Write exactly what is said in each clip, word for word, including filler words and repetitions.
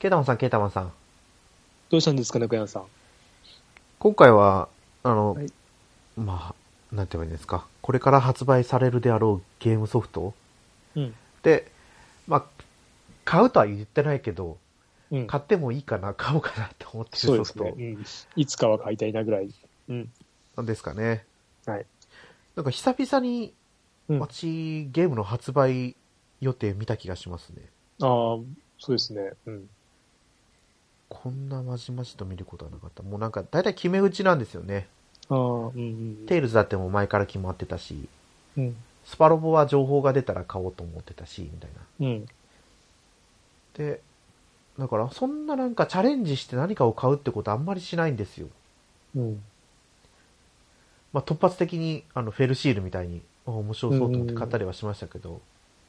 ケータマンさん、ケータマンさん。 どうしたんですかね、小山さん。 今回は、あの、 はい、 まあ、なんて言えばいいんですか。これから発売されるであろうゲームソフト、 うん、 で、まあ、買うとは言ってないけど、 うん、 買ってもいいかな、買おうかなって思ってるそうですね、 ソフトうん。いつかは買いたいなぐらい。うん。 なんですかね。 はい。 なんか久々に、 うん。あ私、ゲームの発売予定見た気がしますね。 あ、そうですね。うん。 こんなまじまじと見ることはなかった。もうなんか、だいたい決め打ちなんですよね。 ああ、うん、うん。 テイルズだってもう前から決まってたし、 うん。 スパロボは情報が出たら買おうと思ってたし、みたいな。 うん。 で、だから、そんななんかチャレンジして何かを買うってことあんまりしないんですよ。 うん。 まあ、突発的に、あの、フェルシールみたいに、あ面白そうと思って買ったうん。 りはしましたけど、 うん。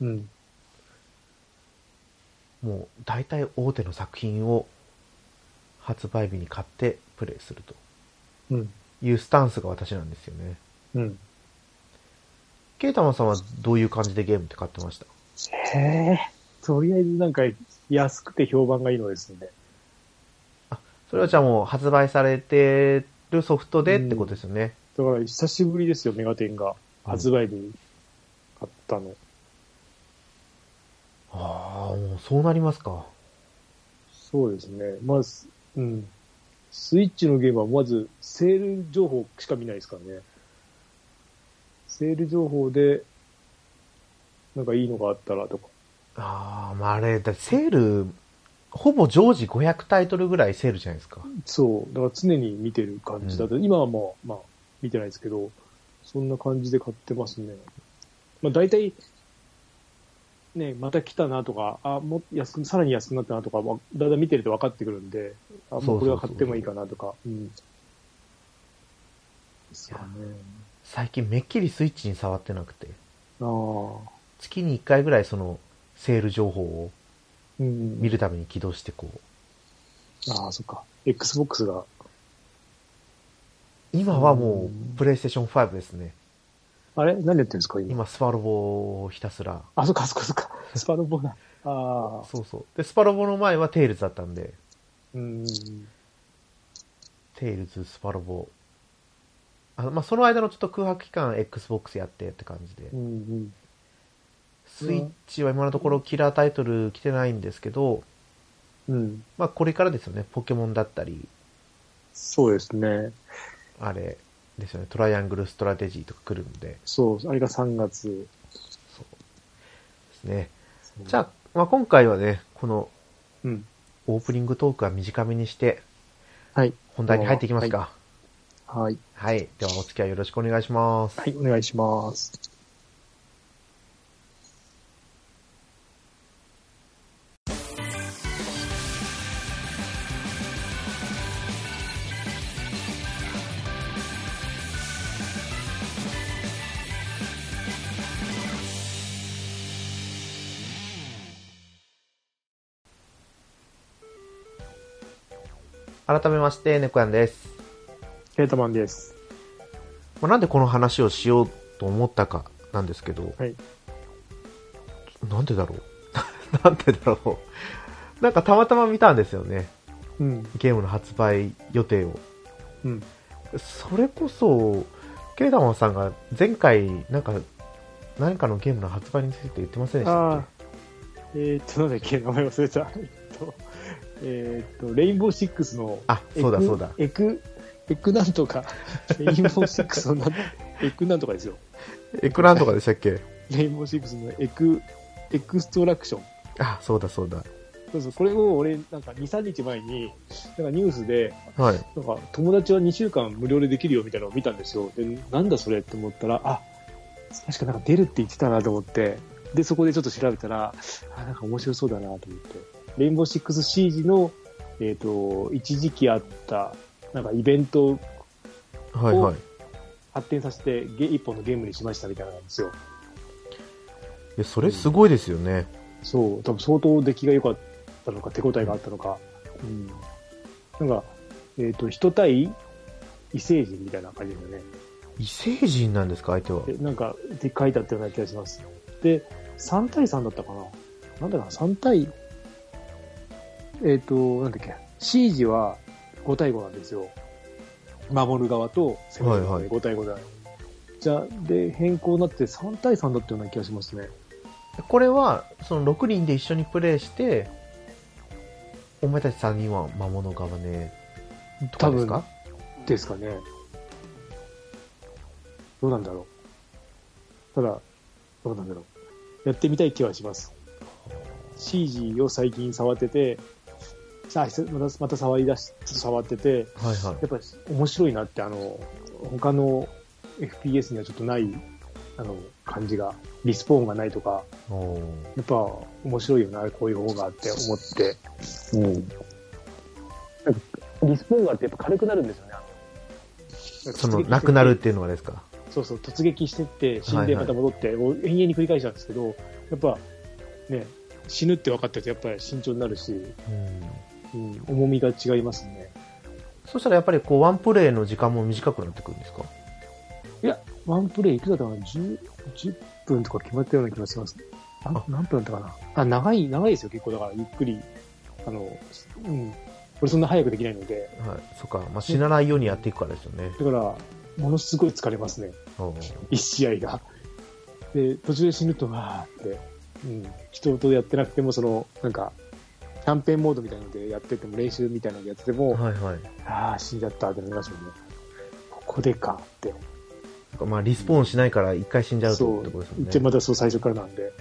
もう、大体大手の作品を発売日に買ってプレイするとうん。 いうスタンスが私なんですよね。 うん。 ケイタマンさんはどういう感じでゲームって買ってました？ へえ。とりあえずなんか安くて評判がいいのですね。 あ、それはじゃあもう発売されてるソフトうん。 でってことですよね。 だから久しぶりですよ、メガテンが。 うん、 発売日に買ったの。 ああ、もうそうなりますか。 そうですね。まず、うん。スイッチのゲームはまずセール情報しか見ないですからね。セール情報でなんかいいのがあったらとか。 ああ、まああれ、だセール、ほぼ常時ごひゃくタイトルぐらいセールじゃないですか。 そう。だから常に見てる感じだと、 うん、 今はもう、まあ、見てないですけど、そんな感じで買ってますね。まあ大体、ね、また来たなとか、あ、もう安く、さらに安くなったなとか、まあ、だいたい見てると分かってくるんで、あ、もうこれは買ってもいいかなとか、うん。ですよね。 最近めっきりスイッチに触ってなくて、 ああ。 月にいっかいぐらいそのセール情報をうん。 見るために起動してこう。 ああ、そっか。Xbox が。 今はもうプレイステーションファイブですね。 あれ何やってるんですか今。 今スパロボをひたすら。 あ、そっか、そっか、そっか。スパロボだ。ああ。 そうそう。で、スパロボの前はテイルズだったんで、 うん。 テイルズ、スパロボ。あまあ、その間のちょっと空白期間 Xbox やってって感じで。 うんうん。 スイッチは今のところキラータイトル来てないんですけど、 うん。 まあこれからですよね。ポケモンだったり、 そうですね。 あれですよね。トライアングルストラテジーとか来るんで。 そう、あれがさんがつ。 そうですね。じゃあ、まあ、今回はね、このうん。 オープニングトークは短めにして、 はい。 本題に入っていきますか。 はい。 はい。ではお付き合いよろしくお願いします。 はい、お願いします。 改めまして、猫やんです。 ケータマンです。 まあ、なんでこの話をしようと思ったかなんですけど、 はい。 なんでだろうなんでだろうなんかたまたま見たんですよね。 うん。 ゲームの発売予定を。 うん。 それこそ、ケイダマンさんが前回、なんか、何かのゲームの発売について言ってませんでしたっけ？えー、っと、なんだっけ、名前忘れた。えっと、えー、っと、レインボーシックスの、 あ、そうだそうだ。 エク、エクなんとか、レインボーシックスのエクなんとかですよ。 エクなんとかでしたっけ？ レインボーシックスのエク、エクストラクション。 あ、そうだそうだ。 そうそう、これを俺、なんかに、さんにちまえに、なんかニュースで、 はい。 なんか友達はにしゅうかん無料でできるよみたいなのを見たんですよ。で、なんだそれって思ったら、あ、確かなんか出るって言ってたなと思って、で、そこでちょっと調べたら、あ、なんか面白そうだなと思って、レインボーシックスシージの、えっと、一時期あった、なんかイベントをはいはい。 発展させて、ゲ一本のゲームにしましたみたいなんですよ。 いや、それすごいですよね。 そう、多分相当出来が良かったのか、手応えがあったのか。うん。なんか、えっと、人対異星人みたいな感じですよね。 異星人なんですか、相手は。 でなんか、で書いてあったような気がします。で、さんたいさんだったかな。なんだかな、さん対えっ、ー、と、なんだっけ、シージはご対ごなんですよ。守る側と攻める側でご対ごだ。はいはい、じゃあ、で、変更になってさん対さんだったような気がしますね。 これは、そのろくにんで一緒にプレイして、お前たちさんにんは魔物側ね、とかですか？ ですかね。どうなんだろう。ただ、どうなんだろう。やってみたい気はします。シージを最近触ってて、さあ、また、また触り出し、触ってて、 はいはい、 やっぱり面白いなって、あの、他の エフピーエス にはちょっとない、あの、感じが、リスポーンがないとか、やっぱ面白いよな、こういう方がって思って、うん。なんかリスポーンがあってやっぱ軽くなるんですよね。 その、なくなるっていうのはですか？ そうそう、突撃してって、死んでまた戻って、はいはい、延々に繰り返したんですけど、やっぱ、ね、死ぬって分かってるとやっぱり慎重になるし、うん、うん、重みが違いますね。 そしたらやっぱりこう、ワンプレイの時間も短くなってくるんですか？ いや、ワンプレイいくらだかな、じゅう、じゅっぷんとか決まったような気がします。あ、何分だったかな。あ、長い、長いですよ、結構。だから、ゆっくり、あの、うん。俺そんな早くできないので。 はい。そっか。まあ、死なないようにやっていくからですよね。 だから、ものすごい疲れますね。一試合が。で、途中で死ぬと、わーって、うん。人とやってなくても、その、なんか、キャンペーンモードみたいなのでやってても、練習みたいなのでやってても、はいはい。ああ、死んじゃったってなりますもんね。ここでかって。 まあ、リスポーンしないから一回死んじゃうってことですよね。 一応またそう最初からなんで、うん、ま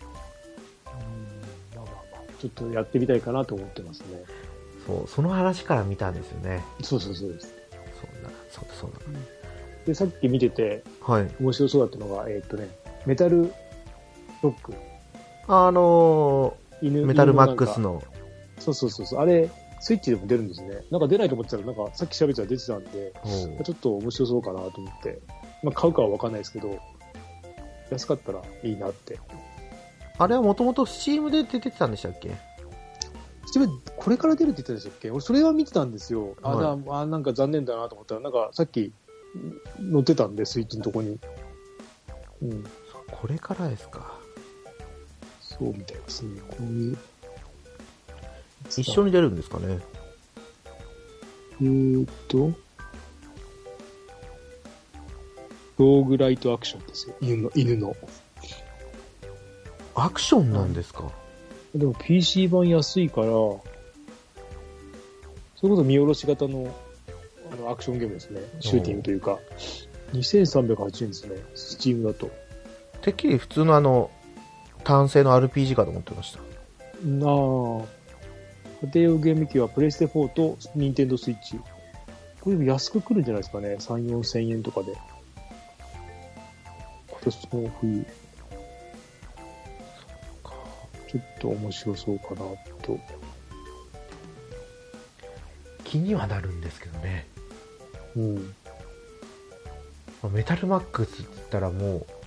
あまあまあ、ちょっとやってみたいかなと思ってますね。 そう、その話から見たんですよね。 そうそうそうです。 そうだ、そうだ、そうだ。 で、さっき見てて、はい。面白そうだったのが、えー、っとね、メタルロック。 あのー、犬メタルマックスの。 そうそうそうそう。あれ、スイッチでも出るんですね。なんか出ないと思ってたら、なんかさっき調べてたら出てたんで、ちょっと面白そうかなと思って。まあ、買うかは分かんないですけど、安かったらいいなって。 あれはもともと Steam で出てたんでしたっけ？ Steam これから出るって言ってたんでしたっけ？俺それは見てたんですよ。あ、はい、あなんか残念だなと思ったら、なんかさっき載ってたんで、スイッチのとこに。 うん。これからですか。 そうみたいですね。こういう。 一緒に出るんですかね。 えーっと、ローグライトアクションですよ。犬の、犬の。 アクションなんですか？ でも ピーシー 版安いから、それこそ見下ろし型の、あのアクションゲームですね。シューティングというか。にせんさんびゃくはちえんですね。スチームだと。 てっきり普通のあの、単性の アールピージー かと思ってました。 なあ。家庭用ゲーム機はプレステフォーとニンテンドースイッチ。これ安く来るんじゃないですかね。さん、よんせんえんとかで。今年の冬。ちょっと面白そうかなと。 気にはなるんですけどね。 うん。 メタルマックスって言ったらもう、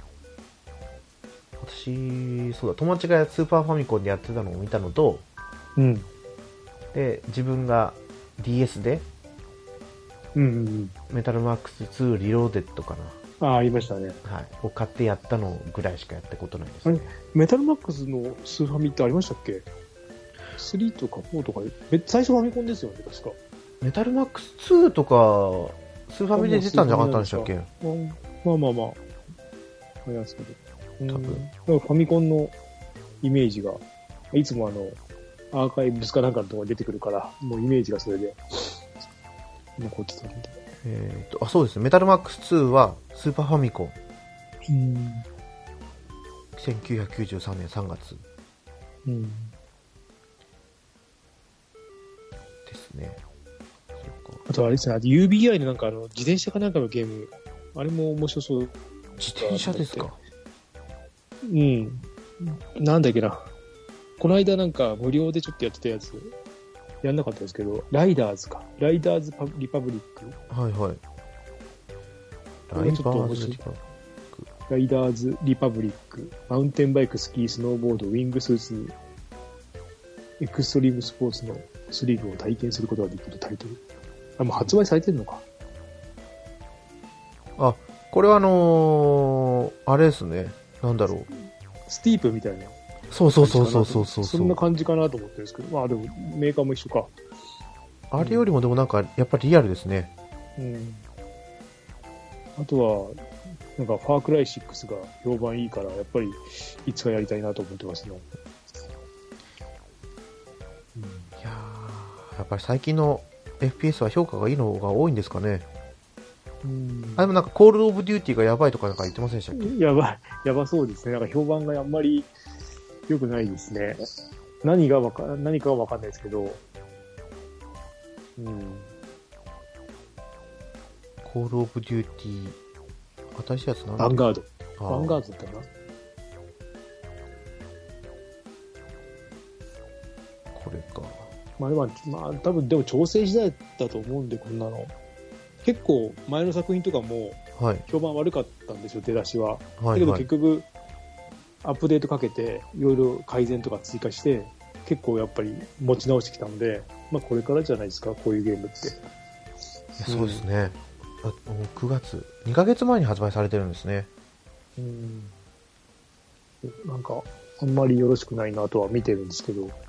私、そうだ、友達がスーパーファミコンでやってたのを見たのと、 うん。 で、自分が ディーエス で、 うんうんうん、 メタルマックスツーリローデッドかな。 ああ、ありましたね。 はい。を買ってやったのぐらいしかやったことないですね。 あれ、メタルマックスのスーファミってありましたっけ？ スリー とかフォーとか、最初ファミコンですよね、確か。 メタルマックスツーとか、スーファミで出たんじゃなかったんでしたっけ？ まあまあまあ。あれなんですけど。多分。ファミコンのイメージが、いつもあの、アーカイブスかなんかのところに出てくるから、もうイメージがそれで残ってたんで。 えーと、あ、そうですね。メタルマックスツーはスーパーファミコン。 うん。 せんきゅうひゃくきゅうじゅうさんねんさんがつ。 うん。 ですね。 そうか。あとあれですね、ユービーアイ のなんかあの、自転車かなんかのゲーム、あれも面白そう。 自転車ですか？ うん。なんだっけな。この間なんか無料でちょっとやってたやつ、やんなかったですけど、ライダーズか。ライダーズパリパブリック。 はいはい。 ライダーズリパブリック。ライダーズリパブリック。マウンテンバイク、スキー、スノーボード、ウィングスーツ、エクストリームスポーツのスリルを体験することができるタイトル。あ、もう発売されてるのか。 あ、これはあのー、あれですね。なんだろう。 スティープみたいな。 そうそうそうそうそうそう。 そんな感じかなと思ってるんですけど、まあでもメーカーも一緒か。 あれよりもでもなんか、やっぱりリアルですね。 うん。あとは、なんか、ファークライシックスが評判いいから、やっぱり、いつかやりたいなと思ってますね。 うん、いやー、やっぱり最近の エフピーエス は評価がいいのが多いんですかね。うん。あ、でもなんか、コールオブデューティーがやばいとかなんか言ってませんでしたっけ？ やばい、やばそうですね。なんか評判があんまり良くないですね。何がわか、何かはわかんないですけど、うん。 コールオブデューティー、新しいやつなんだ？ ヴァンガード。ヴァンガードだったな。 これか。 まあでも、まあ多分でも調整時代だと思うんで、こんなの。結構前の作品とかも評判悪かったんですよ、出だしは。はいはい、だけど結局、アップデートかけて、いろいろ改善とか追加して、結構やっぱり持ち直してきたので、まあこれからじゃないですか、こういうゲームって。 いやそうですね。うん、あくがつ、にかげつまえに発売されてるんですね。 うん。なんか、あんまりよろしくないなとは見てるんですけど。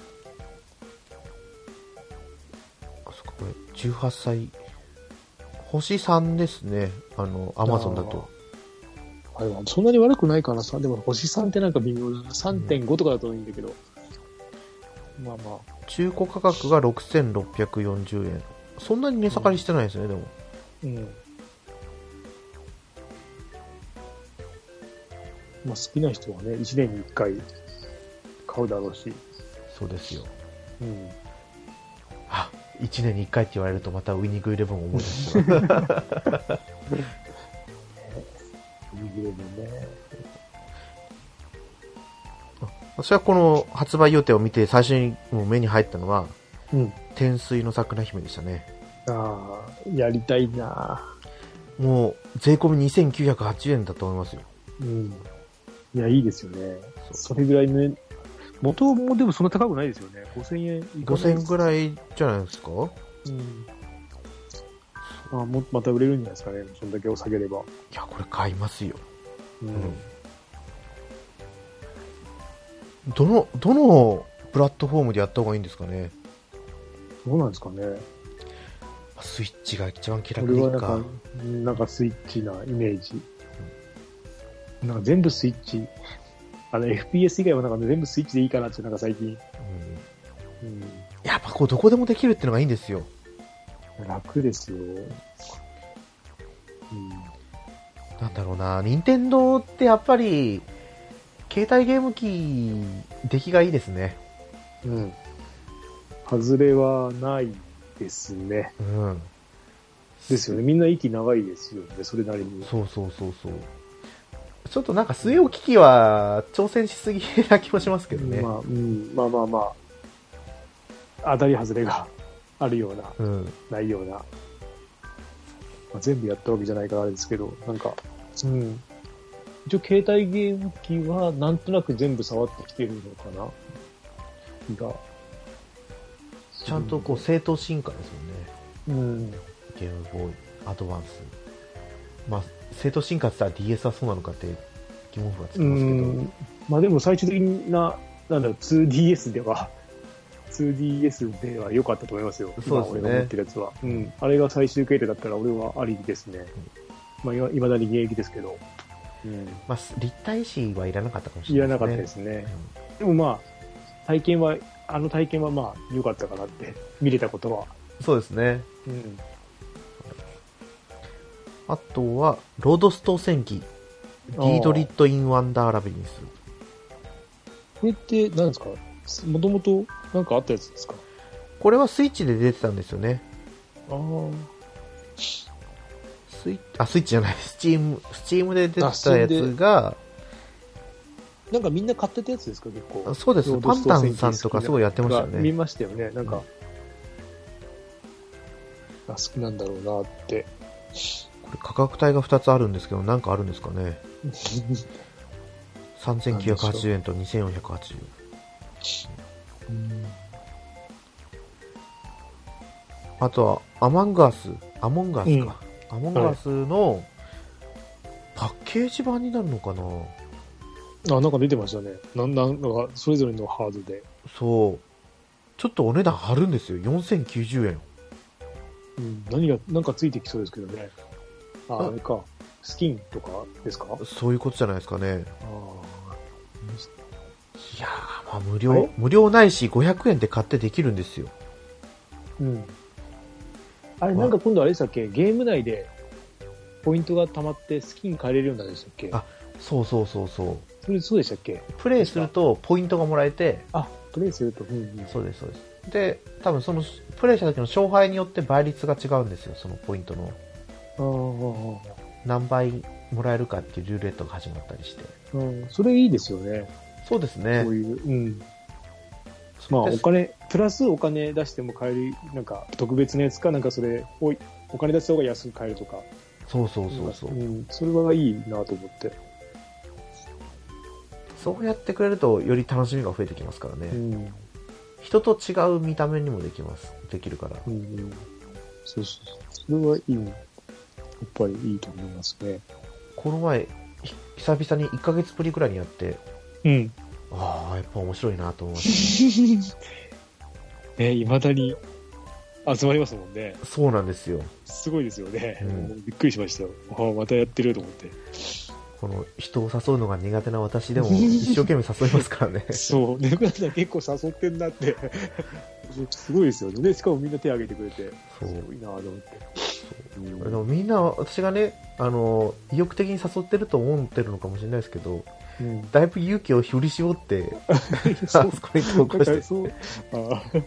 あそここれ、じゅうはっさい、星さんですね。あの、アマゾンだと。 あれはそんなに悪くないかな。でも星さんってなんか微妙だな。さんてんご とかだといいんだけど。うん、まあまあ。 中古価格がろくせんろっぴゃくよんじゅうえん。そんなに値下がりしてないですね、うん、でも。うん。 まあ好きな人はね、いちねんにいっかい買うだろうし。 そうですよ。 うん。 あ、いちねんにいっかいって言われるとまたウィニングイレブンを思い出しまう。ウィニングイレブンね。 私はこの発売予定を見て最初にもう目に入ったのは、 うん、 天水の桜姫でしたね。 ああ、やりたいな。 もう税込みにせんきゅうひゃくはちじゅうえんだと思いますよ。 うん。いや、いいですよね。そ, それぐらいね、元もでもそんな高くないですよね。ごせんえんいかない。 ごせんえんぐらいじゃないですか。うん。 ああ、もまた売れるんじゃないですかね。そんだけを下げれば。いや、これ買いますよ。うん。うん、どのどのプラットフォームでやった方がいいんですかね。 どうなんですかね。 スイッチが一番気楽でいいか。 俺はなんか、なんかスイッチなイメージ。うん、なんか全部スイッチ。あの エフピーエス 以外はなんか全部スイッチでいいかなってなんか最近。 うんうん、やっぱこうどこでもできるってのがいいんですよ。 楽ですよ。うん、 なんだろうな、任天堂ってやっぱり携帯ゲーム機出来がいいですね。 うん。外れはないですね。 うん。 ですよね。みんな息長いですよね。それなりに。 そうそうそうそう。ちょっとなんか据え置き機は挑戦しすぎな気もしますけどね。 まあ、うん、まあまあまあ、当たり外れがあるような、うん、ないような。まあ、全部やったわけじゃないからあれですけど、なんか、うん。一応携帯ゲーム機はなんとなく全部触ってきてるのかなが。 ちゃんとこう正当進化ですもんね。 うん。 ゲームボーイ、アドバンス。まあ、正当進化って言ったら ディーエス はそうなのかって疑問符がつきますけど。うん、 まあでも最終的な、なんだろう、ツーディーエス では、ツーディーエス では良かったと思いますよ。 そうですね。 今俺が持ってるやつは。うん。あれが最終形態だったら俺はありですね。うん、まあ、いまだに現役ですけど。 うん。まあ、立体視はいらなかったかもしれないですね。 いらなかったですね。うん、でもまあ、体験は、あの体験はまあ、良かったかなって、見れたことは。 そうですね。 うん。 あとは、ロードスト戦記。ディードリット・イン・ワンダー・ラビリンス。 これって何ですか？もともと何かあったやつですか？ これはスイッチで出てたんですよね。ああ。スイッチ、あ、スイッチじゃない。スチーム、スチームで出てたやつが、 なんかみんな買ってたやつですか、結構。 そうです。パンタンさんとかすごいやってましたよね。 見ましたよね。なんか、うん、あ、好きなんだろうなって。 これ価格帯がふたつあるんですけど、なんかあるんですかね。さんぜんきゅうひゃくはちじゅうえんとにせんよんひゃくはちじゅうえん。うん、あとは、アマンガース、アモンガースか。うん、アモンガースのパッケージ版になるのかな、 あ、なんか出てましたね。なん、なんか、それぞれのハードで。 そう。ちょっとお値段張るんですよ。よんせんきゅうじゅうえん。 うん。何が、なんかついてきそうですけどね。あ、あれか。スキンとかですか？ そういうことじゃないですかね。 あいやー、まあ無料、無料ないしごひゃくえんで買ってできるんですよ。 うん。あれ、なんか今度あれでしたっけ？ゲーム内でポイントが溜まってスキン買えれるようになるんでしたっけ？ あ、そうそうそうそう。 それ、そうでしたっけ？ プレイするとポイントがもらえて、 あ、プレイすると、うんうん、 そうです、そうです。で、多分その、プレイした時の勝敗によって倍率が違うんですよ、そのポイントの。 ああ、 何倍もらえるかっていうルーレットが始まったりして。 うん、それいいですよね。 そうですね。 こういう、うん。まあ、お金、プラスお金出しても買える、なんか、特別なやつか、なんかそれ、おい、お金出した方が安く買えるとか。 そうそうそうそう。 うん、それはいいなと思って。 そうやってくれると、より楽しみが増えてきますからね。 うん、 人と違う見た目にもできます。できるから。 うんうん、そうそうそう。それはいい。やっぱりいいと思いますね。 この前、久々にいっかげつぶりくらいにやって、 うん。 ああ、やっぱ面白いなと思いました。 ね、未だに集まりますもんね。 そうなんですよ。 すごいですよね。 うん、 びっくりしましたよ。ああ、またやってると思って。 この人を誘うのが苦手な私でも一生懸命誘いますからね。 そう、ね、結構誘ってんなって。すごいですよね。しかもみんな手挙げてくれて。 そう。 すごいなと思って。 そう、うん、でもみんな、私がね、あの、意欲的に誘ってると思ってるのかもしれないですけど、うん、だいぶ勇気を振り絞って、あそこに投稿して。そう。あうん、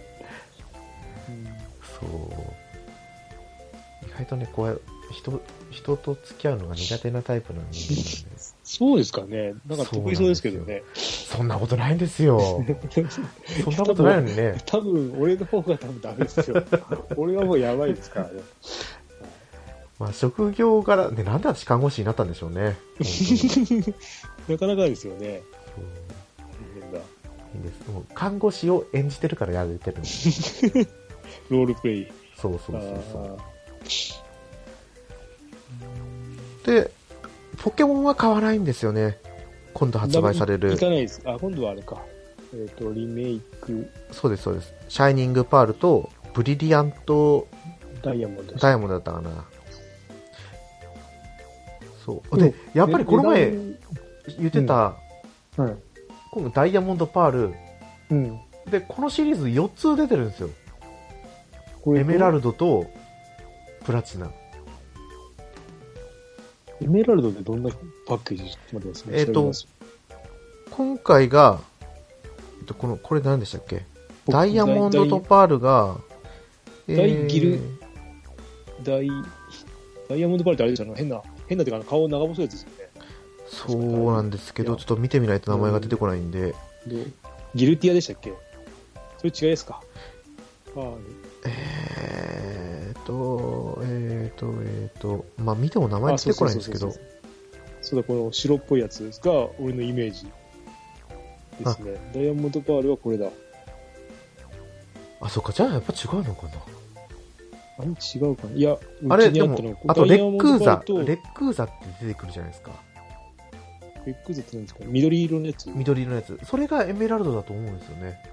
そう。意外とね、こうや人、人と付き合うのが苦手なタイプなんで、ね。 そうですかね。なんか得意そうですけどね。 そんなことないんですよ。そんなことないのにね。 多分、俺の方が多分ダメですよ。俺はもうやばいですからね。 まあ、職業柄、ね、なんで私看護師になったんでしょうね。 なかなかですよね。 そういいです。もう看護師を演じてるからやれてるんです。 ロールプレイ。 そうそうそうそう。で、ポケモンは買わないんですよね。今度発売される。 いかないです。あ、今度はあれか。えっ、ー、と、リメイク。 そうです、そうです。シャイニングパールと、ブリリアントダイヤモンド。 ダイヤモンドだったかな。そう。で、やっぱりこの前言ってた、うん、はい、今度ダイヤモンドパール、うん、で、このシリーズよっつ出てるんですよ。エメラルドとプラチナ。 エメラルドってどんなパッケージまでですね。 えっ、ー、と、今回が、えっと、この、これ何でしたっけ？ダイヤモンドとパールが、 ダイ、えー、ギル、ダイ、ダイヤモンドパールってあれですよね。変な、変なっていうか顔長細いやつですよね。 そうなんですけど、ちょっと見てみないと名前が出てこないんで。 でギルティアでしたっけ？それ違いですか？パール。 えーと、えーと、えーと、まあ見ても名前出てこないんですけど。 そうだ、この白っぽいやつが俺のイメージですね。ダイヤモンドパールはこれだ。 あ、そっか、じゃあやっぱ違うのかな。 あれ違うかな。いや、 あれ、でも、あとレックーザ、レックーザって出てくるじゃないですか。 レックーザって何ですか？緑色のやつ？ 緑色のやつ。それがエメラルドだと思うんですよね。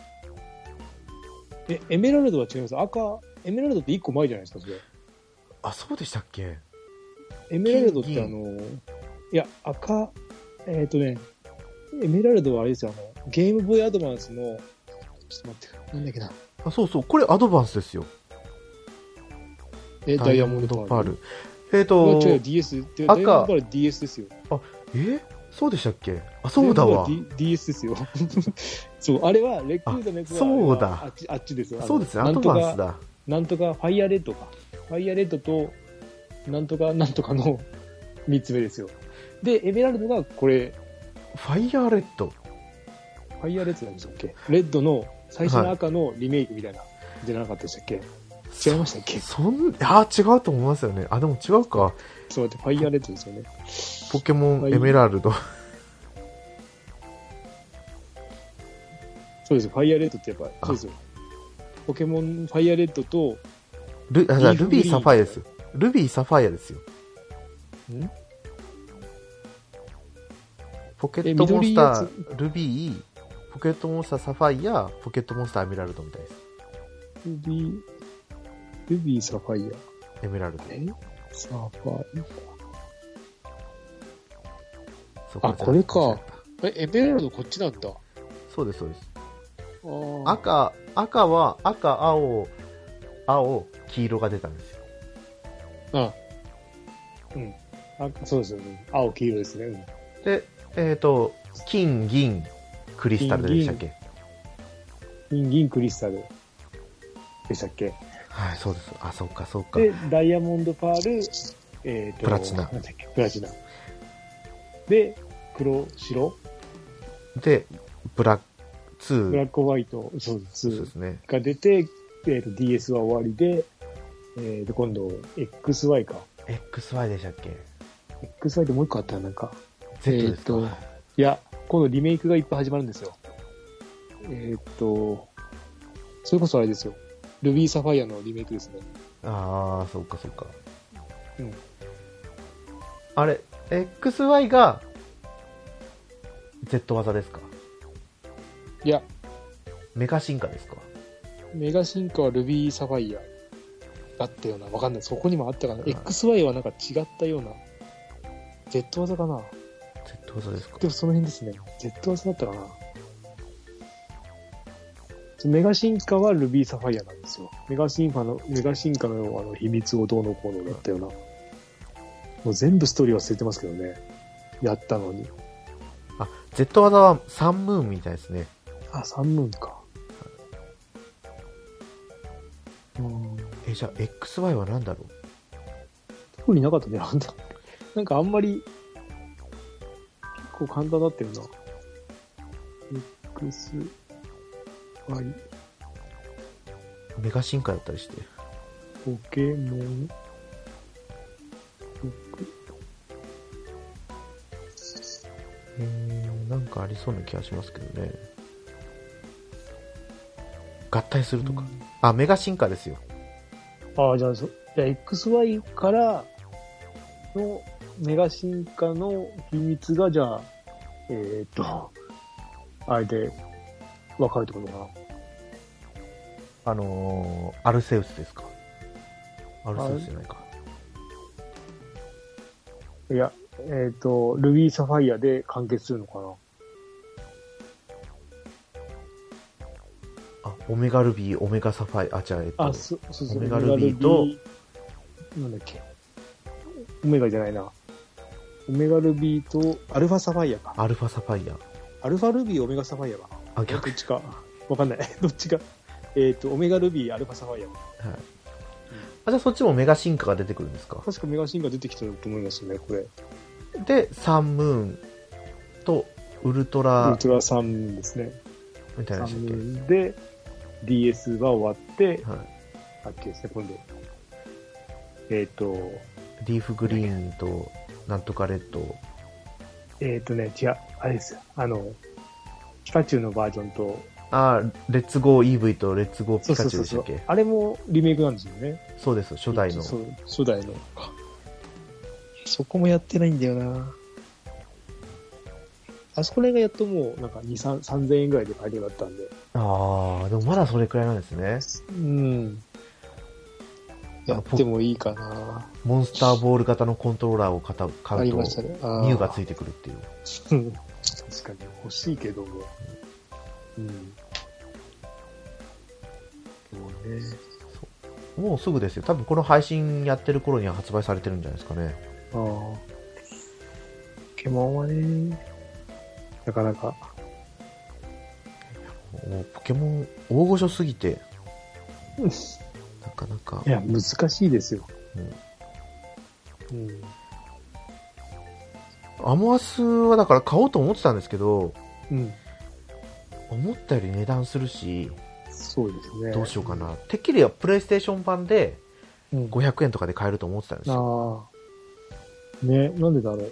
え、エメラルドは違います。赤、エメラルドっていっこ前じゃないですか、それ。 あ、そうでしたっけ？ エメラルドってあの、いや、赤、えっ、ー、とね、エメラルドはあれですよ、あの、ゲームボーイアドバンスの、ちょっと待って、なんだっけな。 あ、そうそう、これアドバンスですよ。 え、ダイヤモンドパール。 えっ、ー、と、 違う、ディーエス。ダイヤモンドパール ディーエス ですよ。 あ、えそうでしたっけ？あ、そうだわ。 ディーエス ですよ。そう、あれは、レックーザのやつは、 そうだ。 あっち、あっちですよ。 そうですね、アドバンスだ。 なんとか、ファイヤーレッドか。ファイヤーレッドと、なんとか、なんとかのみっつめですよ。で、エメラルドがこれ。 ファイヤーレッド。 ファイヤーレッドなんでしたっけ？レッドの最初の赤のリメイクみたいな、じゃなかったでしたっけ？違いましたっけ？ そん、あ、違うと思いますよね。あ、でも違うか。 そうだって、ファイヤーレッドですよね。 ポケモンエメラルド。 そうですよ、ファイヤーレッドってやっぱ、そうですよ。ポケモンファイヤーレッドと、 ル、あ、じゃあルビーサファイアですよ。ルビーサファイアですよ。 んポケットモンスタールビー、ポケットモンスターサファイア、ポケットモンスターエメラルドみたいです。 ルビー、ルビーサファイア、エメラルド。 えサファイア。あ、これか。え、エメラルドこっちなんだ。 そうです、そうです。赤、赤は赤、青、青、黄色が出たんですよ。 あうん。あ、そうですよね。青、黄色ですね。うん、 で、えっ、ー、と、金、銀、クリスタルでしたっけ？ 金、銀、クリスタルでしたっけ？ はい、そうです。あ、そうか、そうか。 で、ダイヤモンド、パール、えっ、ー、と、 プラチナ。 なんだっけ？プラチナ。で、黒、白で、ブラック、ツー。 ブラックホワイト、そうです。 そうですね。 が出て、えっ、ー、と、ディーエス は終わりで、えっ、ー、と、今度、エックスワイ か。 エックスワイ でしたっけ？ エックスワイ でもう一個あったらなんか。 Z ですか？ えっ、ー、と、いや、今度リメイクがいっぱい始まるんですよ。えっ、ー、と、それこそあれですよ。ルビーサファイアのリメイクですね。 ああ、そうかそうか。 うん。 あれ、エックスワイ が Z 技ですか？ いや。 メガ進化ですか？ メガ進化はルビーサファイアだったような。わかんない。そこにもあったかな。エックスワイ はなんか違ったような。Z 技かな？ Z 技ですか？ でもその辺ですね。Z 技だったかな？メガ進化はルビーサファイアなんですよ。メガ進化の、メガ進化のあの秘密をどうのこうのだったような。もう全部ストーリー忘れてますけどね。やったのに。 あ、Z 技はサンムーンみたいですね。 あ、サンムーンか。うん、 え、じゃあ エックスワイ は何だろう？ 特になかったね、なんだ。なんかあんまり、結構簡単だったよな。X、Y。 メガ進化だったりして。 ポケモン。 えー、なんかありそうな気がしますけどね。合体するとか。あ、メガ進化ですよ。 ああ、じゃあ、そじゃあ エックスワイ からのメガ進化の秘密が、じゃあ、えっ、ー、と、あれで分かるってことかな。 あのー、アルセウスですか？アルセウスじゃないか。 いや、えっ、ー、と、ルビーサファイアで完結するのかな。 あ、オメガルビー、オメガサファイア、あ、じゃあ、えっと、 あ、そそうそう、 オメガルビーと、 なんだっけ。オメガじゃないな。オメガルビーと、アルファサファイアか。 アルファサファイア。 アルファルビー、オメガサファイアかな。 あ、逆どっちか。わかんない。どっちか。えっ、ー、と、オメガルビー、アルファサファイア。はい。 うん、あ、じゃあそっちもメガ進化が出てくるんですか？ 確かメガ進化出てきてると思いますね、これ。 で、サンムーンと、ウルトラ、 ウルトラサンムーンですね。 みたいなサンムーンで、ディーエス が終わって、はい、あっちですね、今度。えっ、ー、と、 リーフグリーンと、なんとかレッド。 えっ、ー、とね、違う、あれですよ。あの、ピカチュウのバージョンと、 ああ、レッツゴー イーブイ とレッツゴーピカチュウでしたっけ？そうそうそうそう、 あれもリメイクなんですよね。 そうです、初代の。 そう、初代の。そこもやってないんだよな。あそこら辺がやっともう、なんかに、さん、さんぜんえんぐらいで買えるようになったんで。 ああ、でもまだそれくらいなんですね。 うん。やってもいいかな。 モンスターボール型のコントローラーを買うと、 ありましたね。 ニューがついてくるっていう。 確かに欲しいけども。うん。そうね。 そうもうすぐですよ。多分この配信やってる頃には発売されてるんじゃないですかね。 ああ。ポケモンはね、なかなか。 もうポケモン大御所すぎて、なかなか。 いや、難しいですよ。うん。うん。 アモアスはだから買おうと思ってたんですけど、 うん。 思ったより値段するし、 そうですね。 どうしようかな。てっきりはプレイステーション版でごひゃくえんとかで買えると思ってたんですよ。 ああ。ね、なんでだろう。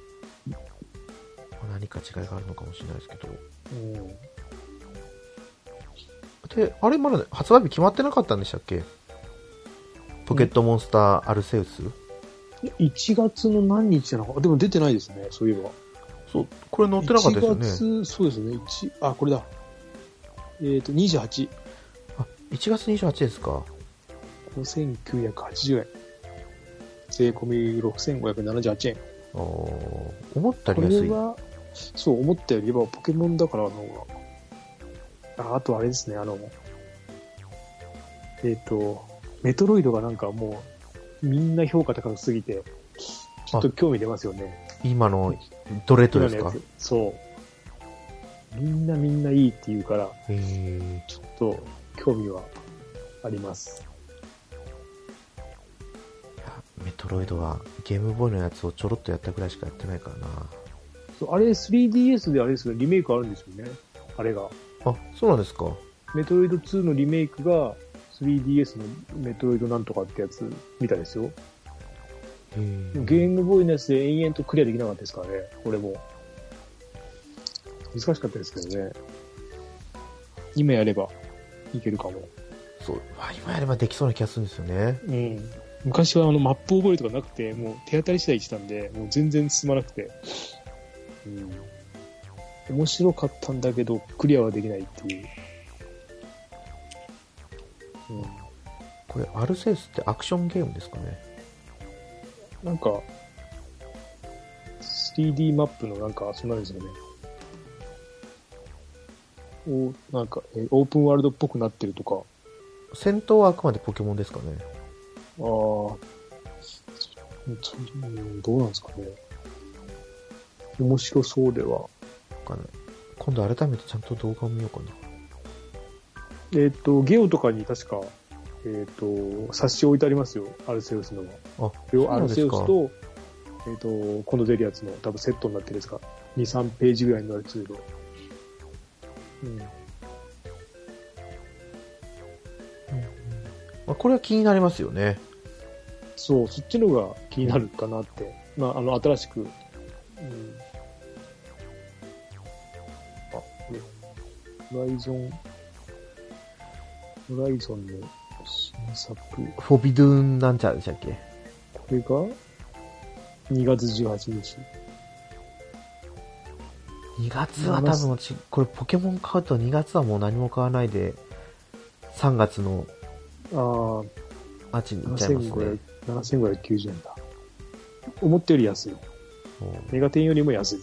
何か違いがあるのかもしれないですけど。 うん。 で、あれまだ発売日決まってなかったんでしたっけ？ポケットモンスターアルセウス？ いちがつの何日なのか。でも出てないですね、そういえば。 そう、これ載ってなかったですよね。 いちがつ、そうですね。いち、あ、これだ。えっ、ー、と、にじゅうはち。 あ、いちがつにじゅうはちですか。 ごせんきゅうひゃくはちじゅうえん。税込みろくせんごひゃくななじゅうはちえん。 ああ、思ったより安い。 これは、そう、思ったより、ポケモンだからの方が。あ、あとあれですね、あの、えっ、ー、と、メトロイドがなんかもう、みんな評価高すぎて、ちょっと興味出ますよね。 今のドレッドですか？ そう。みんなみんないいって言うから、 へちょっと興味はあります。 メトロイドはゲームボーイのやつをちょろっとやったぐらいしかやってないからな。 そう、あれ スリーディーエス であれですよ、リメイクあるんですよね。あれが。 あ、そうなんですか。 メトロイドツーのリメイクが スリーディーエス のメトロイドなんとかってやつみたいですよ。ゲームボーイのやつで延々とクリアできなかったですからね、俺も。難しかったですけどね。今やればいけるかも。そう。 今やればできそうな気がするんですよね。 うん。昔はあのマップ覚えるとかなくて、もう手当たり次第したんで、もう全然進まなくて。うん。面白かったんだけど、クリアはできないっていう。 うん。これ、アルセウスってアクションゲームですかね。 なんか、スリーディー マップのなんか、そんなんですよね。お、なんか、えー、オープンワールドっぽくなってるとか。 戦闘はあくまでポケモンですかね。 ああ、うん、どうなんですかね。面白そうでは。 かね、今度改めてちゃんと動画を見ようかな。 えっ、ー、と、ゲオとかに確か、えっ、ー、と、冊子置いてありますよ。アルセウスの。 あ、 アルセウスと、えっ、ー、と、今度出るやつの多分セットになってるんですか。に、さんページぐらいになるツール。うん。うん。 まあ、これは気になりますよね。 そう、そっちの方が気になるかなって。うん、まあ、あの、新しく、うん。あ、ね。ホライゾン、ホライゾンの新作。 フォビドゥーンなんちゃらでしたっけ？ これがにがつじゅうはちにち。 にがつは多分、これポケモン買うとにがつはもう何も買わないで、さんがつのあちに行っちゃいますね。 ななせんごひゃくきゅうじゅうえんだ。思ったより安い。メガテンよりも安いです。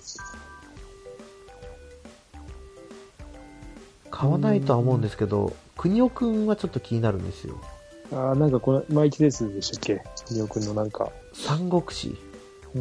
買わないとは思うんですけど、国尾くんはちょっと気になるんですよ。 ああ、なんかこの、マイティレスでしたっけ？国尾くんのなんか。 三国志。 うん。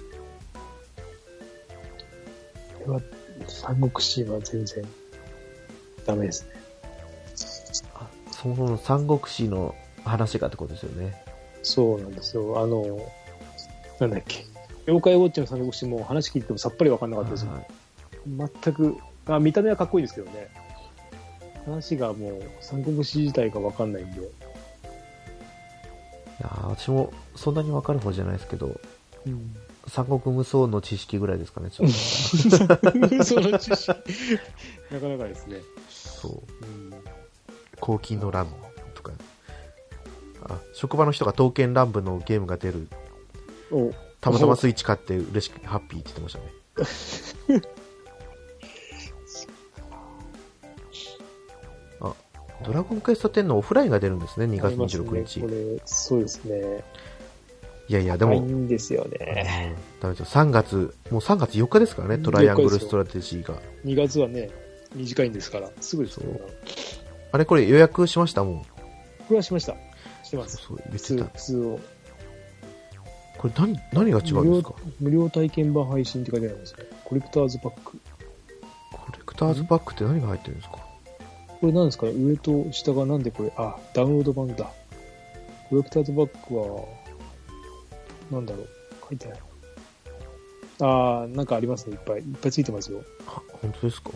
これは、三国志は全然、ダメですね。 あ、そもそも三国志の話がってことですよね。 そうなんですよ。あの、なんだっけ。妖怪ウォッチの三国志も話聞いてもさっぱりわかんなかったですよ。はい、全く、あ、見た目はかっこいいですけどね。話がもう三国志自体がわかんないんで。いや私もそんなにわかる方じゃないですけど、 うん、 三国無双の知識ぐらいですかね、ちょっと。 無双の知識。なかなかですね。 そう。うん、黄金の乱とか。あ、職場の人が刀剣乱舞のゲームが出る。 おたまたまスイッチ買って嬉しくハッピーって言ってましたね。あ、ドラゴンクエストテンのオフラインが出るんですね、にがつにじゅうろくにち。 ね、これそうですね。 いやいや、でも。いいんですよね。 ダメですよ。さんがつ、もうさんがつよっかですからね、トライアングルストラテジーが。 にがつはね、短いんですから、すぐですよ。 あれこれ予約しましたもん。 これはしました。してます。 そうそう、言ってた。 普通を。 これ何、何が違うんですか？ 無料、無料体験版配信って書いてありますね。コレクターズパック。 コレクターズパックって何が入ってるんですか？ これ何ですかね？上と下がなんでこれ、あ、ダウンロード版だ。コレクターズパックは、なんだろう、書いてない。あー、なんかありますね、いっぱい。いっぱいついてますよ。 あ、本当ですか？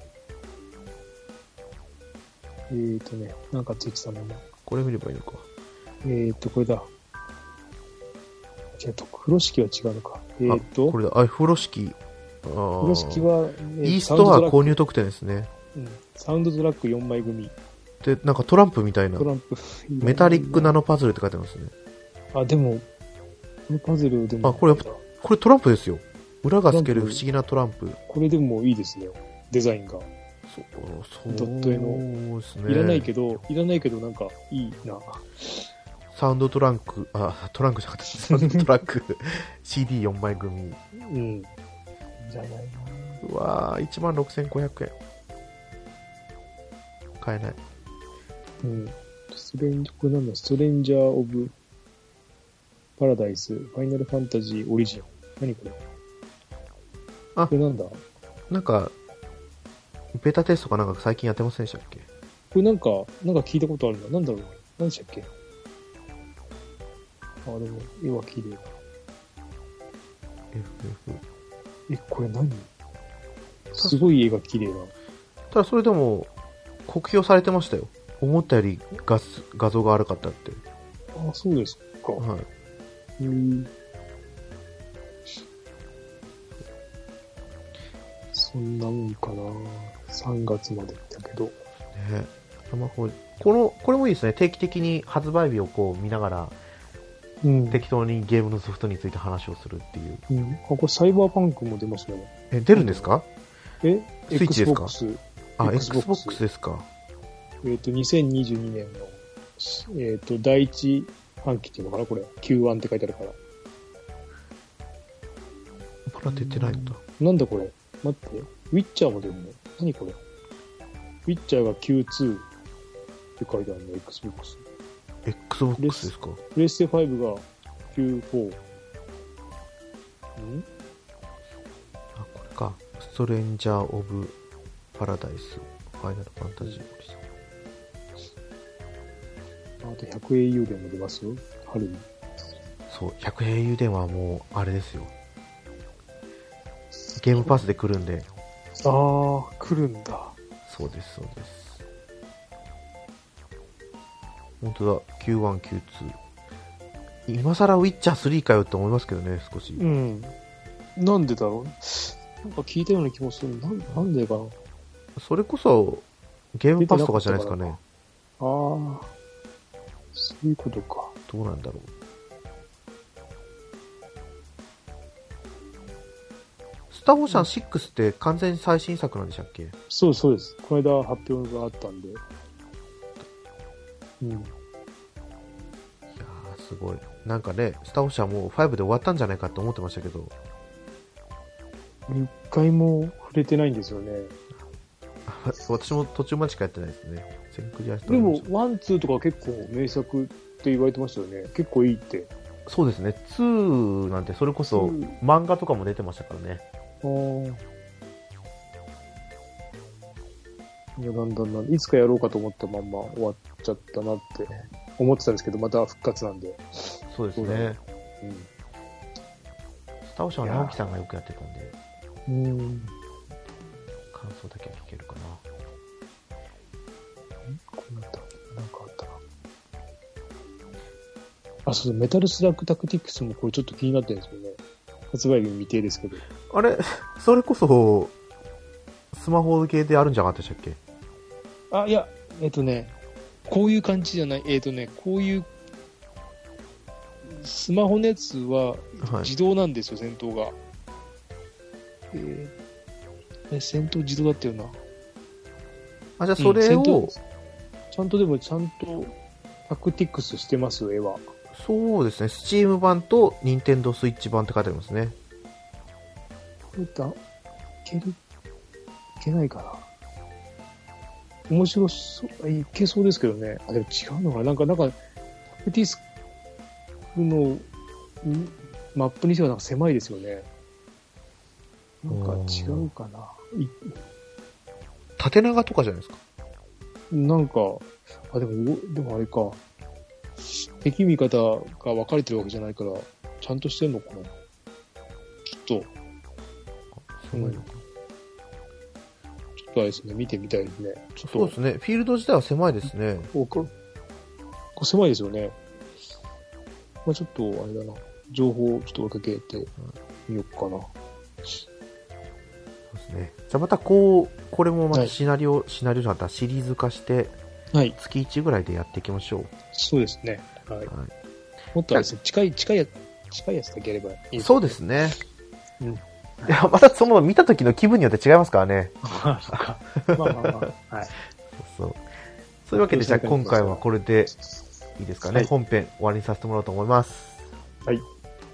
えーとね、なんかついてたもんな。 これ見ればいいのか。 えーと、これだ。違うと、風呂敷は違うのか。えーと、 これだ。あ、風呂敷。あ風呂敷は、 えー、イーストア購入特典ですね。 うん。サウンドトラックよんまい組。 で、なんかトランプみたいな。 トランプ。 メタリックナノパズルって書いてますね。 あ、でも、このパズルでも。 あ、これやっぱ、これトランプですよ。 裏が透ける不思議なトランプ。 これでもいいですね。デザインが。 そう、そうドット絵の。 ですね。 いらないけど、いらないけどなんかいいな。 サウンドトランク、あ、トランクじゃなくて、サウンドトラック、シーディーよん 枚組。 うん。じゃないな。 うわー、いちまんろくせんごひゃくえん。買えない。 うん。ストレンジ、これなんだ、ストレンジャー・オブ・パラダイス、ファイナルファンタジー・オリジン。何これ？ あ、 これなんだ？ なんか、ベータテストかなんか最近やってませんでしたっけ？ これなんか、なんか聞いたことあるんだ。なんだろう？何でしたっけ？あ、でも、絵は綺麗だ。 エフエフ。 え、これ何？すごい絵が綺麗だ。 ただそれでも、酷評されてましたよ。思ったより画画像が悪かったって。 あ、そうですか。 はい。 うん。そんなもんかな。さんがつまでだけど。 ね、まあ、この、これもいいですね。定期的に発売日をこう見ながら、うん、適当にゲームのソフトについて話をするっていう。 うん。あ、これサイバーパンクも出ますね。 え、出るんですか？ えスイッチですか？ Xbox。 あ、Xbox ですか。 えっと、にせんにじゅうにねんの、えっと、第一半期っていうのかなこれ。キューワン って書いてあるから。 まだ出てないんだ。 なんだこれ。待って。ウィッチャーも出るの？何これ。ウィッチャーが キューツー って書いてあるの Xbox。 Xbox ですか？ プレステファイブが キューフォー。ん？ あ、これか。ストレンジャー・オブ・パラダイス。ファイナルファンタジーオリジン。 あとひゃくエーユー でも出ますよ。春に。 そう、ひゃくエーユー 電はもう、あれですよ。ゲームパスで来るんで。 あー、来るんだ。 そうです、そうです。本当だ、キューワン、キューツー。今更ウィッチャースリーかよって思いますけどね、少し。 うん。なんでだろう。なんか聞いたような気もする。なん、なんでかな。 それこそ、ゲームパスとかじゃないですかね。 ああ、そういうことか。 どうなんだろう。スター・オーシャンシックスって完全に最新作なんでしたっけ？ そうそうです。この間発表があったんで。うん。いやー、すごい。なんかね、スター・オーシャンもうファイブで終わったんじゃないかって思ってましたけど。 一回も触れてないんですよね。 私も途中までしかやってないですね。全クリアした。 でも、ワン、ツーとか結構名作って言われてましたよね。結構いいって。 そうですね。ツーなんてそれこそ漫画とかも出てましたからね。 ああ。いや、だんだんだん、いつかやろうかと思ったまんま終わっちゃったなって思ってたんですけど、また復活なんで。 そうですね。 うん。 スター・オーシャンは直樹さんがよくやってたんで。 うん。 感想だけは聞けるかな。 こんなだ、なんかあったな。あ、そうだ、メタルスラッグタクティクスもこれちょっと気になってるんですよね。発売日未定ですけど。 あれ、それこそ、スマホ系であるんじゃなかったでしたっけ？ あ、いや、えっとね、こういう感じじゃない、えっとね、こういう、スマホのやつは自動なんですよ、はい、戦闘が。えー、え、戦闘自動だったよな。 あ、じゃあそれを、うん、 ちゃんとでもちゃんとタクティクスしてますよ、絵は。 そうですね、スチーム版とニンテンドースイッチ版って書いてありますね。 これだ、いける、いけないかな。面白そう、いけそうですけどね。あ、でも違うのかな。なんか、なんか、タクティスクのマップにしてはなんか狭いですよね。なんか違うかな。 縦長とかじゃないですか。なんか、あ、でも、でもあれか。敵味方が分かれてるわけじゃないから、ちゃんとしてんのかな。ちょっと、 そうなのか。 ちょっとあれですね、見てみたいですね。ちょっとそうですね、フィールド自体は狭いですね。 ここ狭いですよね。まあちょっと、あれだな。情報をちょっと追いかけてみようかな。そうですね。じゃあまたこう、これもまたシナリオ、はい、シナリオじゃなかったシリーズ化して、はい、月いちぐらいでやっていきましょう。 そうですね。はい。はい、もっとあれですね、近い、近いやつ、近いやつだけやればいいですね。 そうですね。 うん。 いや、またその見た時の気分によって違いますからね。 あ、そっか。まあまあまあ。はい。 そうそう。そういうわけで、じゃあ今回はこれでいいですかね。はい、本編終わりにさせてもらおうと思います。 はい。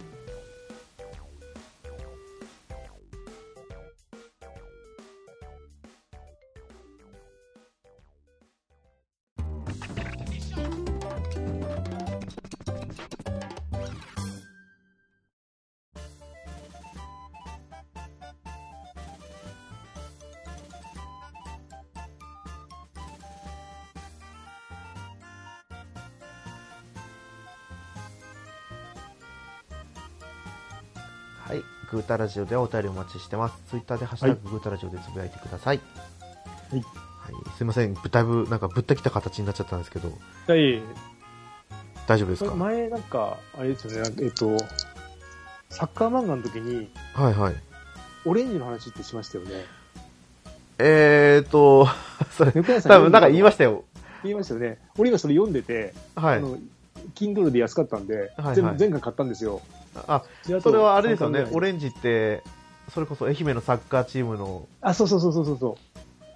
はい、グータラジオではお便りお待ちしてます。ツイッターでハッシュタググータラジオでつぶやいてください。はい。はい、すいません、だいぶなんかぶったきた形になっちゃったんですけど。 はい。 大丈夫ですか？ 前なんか、あれですよね、えっと、サッカー漫画の時に、 はいはい。 オレンジの話ってしましたよね。 えーと、それ、多分なんか言いましたよ。 言いましたよね。俺今それ読んでて、はい。あの、Kindle で安かったんで、はいはい、全部全巻買ったんですよ。 あ、それはあれですよね。オレンジって、それこそ愛媛のサッカーチームの。 あ、そうそうそうそうそう。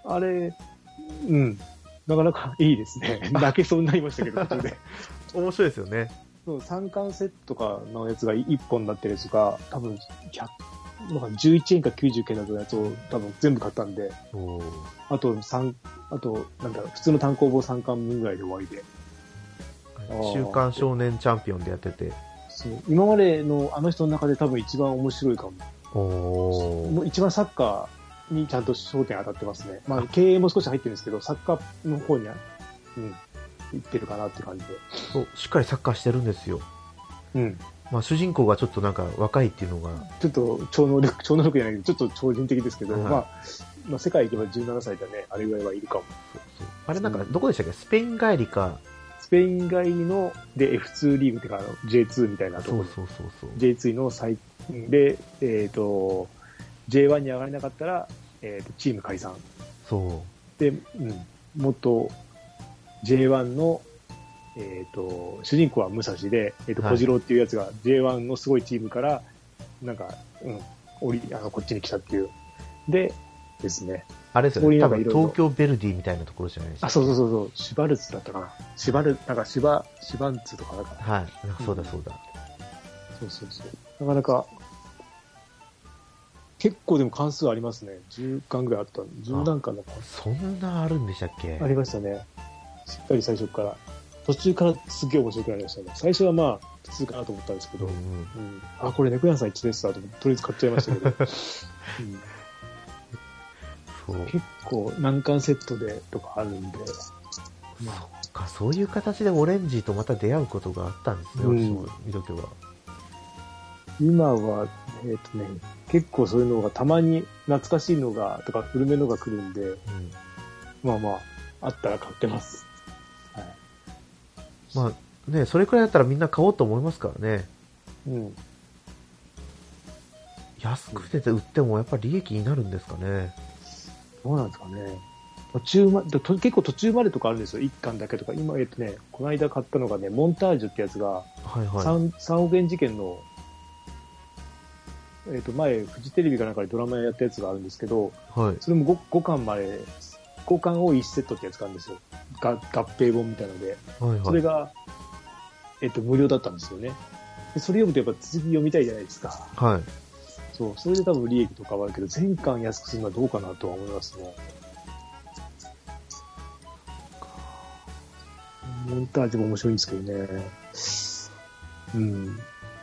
あれ、うん。なかなかいいですね。泣けそうになりましたけど、途中で。 面白いですよね。 そう、さんかんセットとかのやつがいっぽんになってるやつが、多分、なんかじゅういちえんかきゅうじゅうきゅうえんだったやつを多分全部買ったんで、あと3、あと、なんだろう、普通の単行本さんかんぶんぐらいで終わりで。 週刊少年チャンピオンでやってて。 そう、今までのあの人の中で多分一番面白いかも。おもう一番サッカーにちゃんと焦点当たってますね。まあ経営も少し入ってるんですけど、サッカーの方には、うん、行ってるかなって感じで。 そう、しっかりサッカーしてるんですよ。 うん。 まあ主人公がちょっとなんか若いっていうのが。 ちょっと超能力、超能力じゃないけど、ちょっと超人的ですけど、はい、まあ、まあ世界行けばじゅうななさいだね、あれぐらいはいるかも。そうそう。 あれなんかどこでしたっけ？スペイン帰りか。 スペイン帰りの、で、エフツー リーグっていうか、ジェイツー みたいなところ。 そうそうそうそう。 ジェイツー の最近で、えっ、ー、と、ジェイワン に上がれなかったら、えっ、ー、と、チーム解散。 そう。 で、うん、元 ジェイワン の、えっ、ー、と、主人公は武蔵で、えっ、と、小次郎っていうやつが ジェイワン のすごいチームから、なんか、うん、降り、あの、こっちに来たっていう。で、ですね。 あれですよね。多分東京ヴェルディみたいなところじゃないですか。 あ、そうそうそうそう。シュバルツだったかな。シュバル、なんかシバ、シバンツとかなんか。 はい。そうだそうだ、 うん。そうそうそう。なかなか、結構でも関数ありますね。じゅっかんぐらいあった。じゅうなんかんだか。 そんなあるんでしたっけ？ ありましたね。しっかり最初から。途中からすっげえ面白くなりましたね。最初はまあ、普通かなと思ったんですけど。うん、うん、あ、これ猫屋さん一ですわと思って、とりあえず買っちゃいましたけど。うん結構難関セットでとかあるんで、 まあ、そっか、そういう形でオレンジとまた出会うことがあったんですね、うん、私も見とけば。 今は、えっ、ー、とね、結構そういうのがたまに懐かしいのがとか古めのが来るんで、うん、まあまああったら買ってます。はい、 まあね、それくらいだったらみんな買おうと思いますからね。 うん。 安くて売ってもやっぱり利益になるんですかね。 どうなんですかね。途中ま、結構途中までとかあるんですよ。いっかんだけとか。今、えっとね、この間買ったのがね、モンタージュってやつが、はいはい、3, さんおくえん事件の、えっと、前、フジテレビかなんかでドラマやったやつがあるんですけど、はい、それも 5, ごかんまで、ごかんをいちセットってやつがあるんですよ。が合併本みたいなので。はいはい、それが、えっと、無料だったんですよね。でそれ読むとやっぱ続き読みたいじゃないですか。 はい。 そう、それで多分利益とかはあるけど、全巻安くするのはどうかなとは思いますね。モンタージュも面白いんですけどね。うん。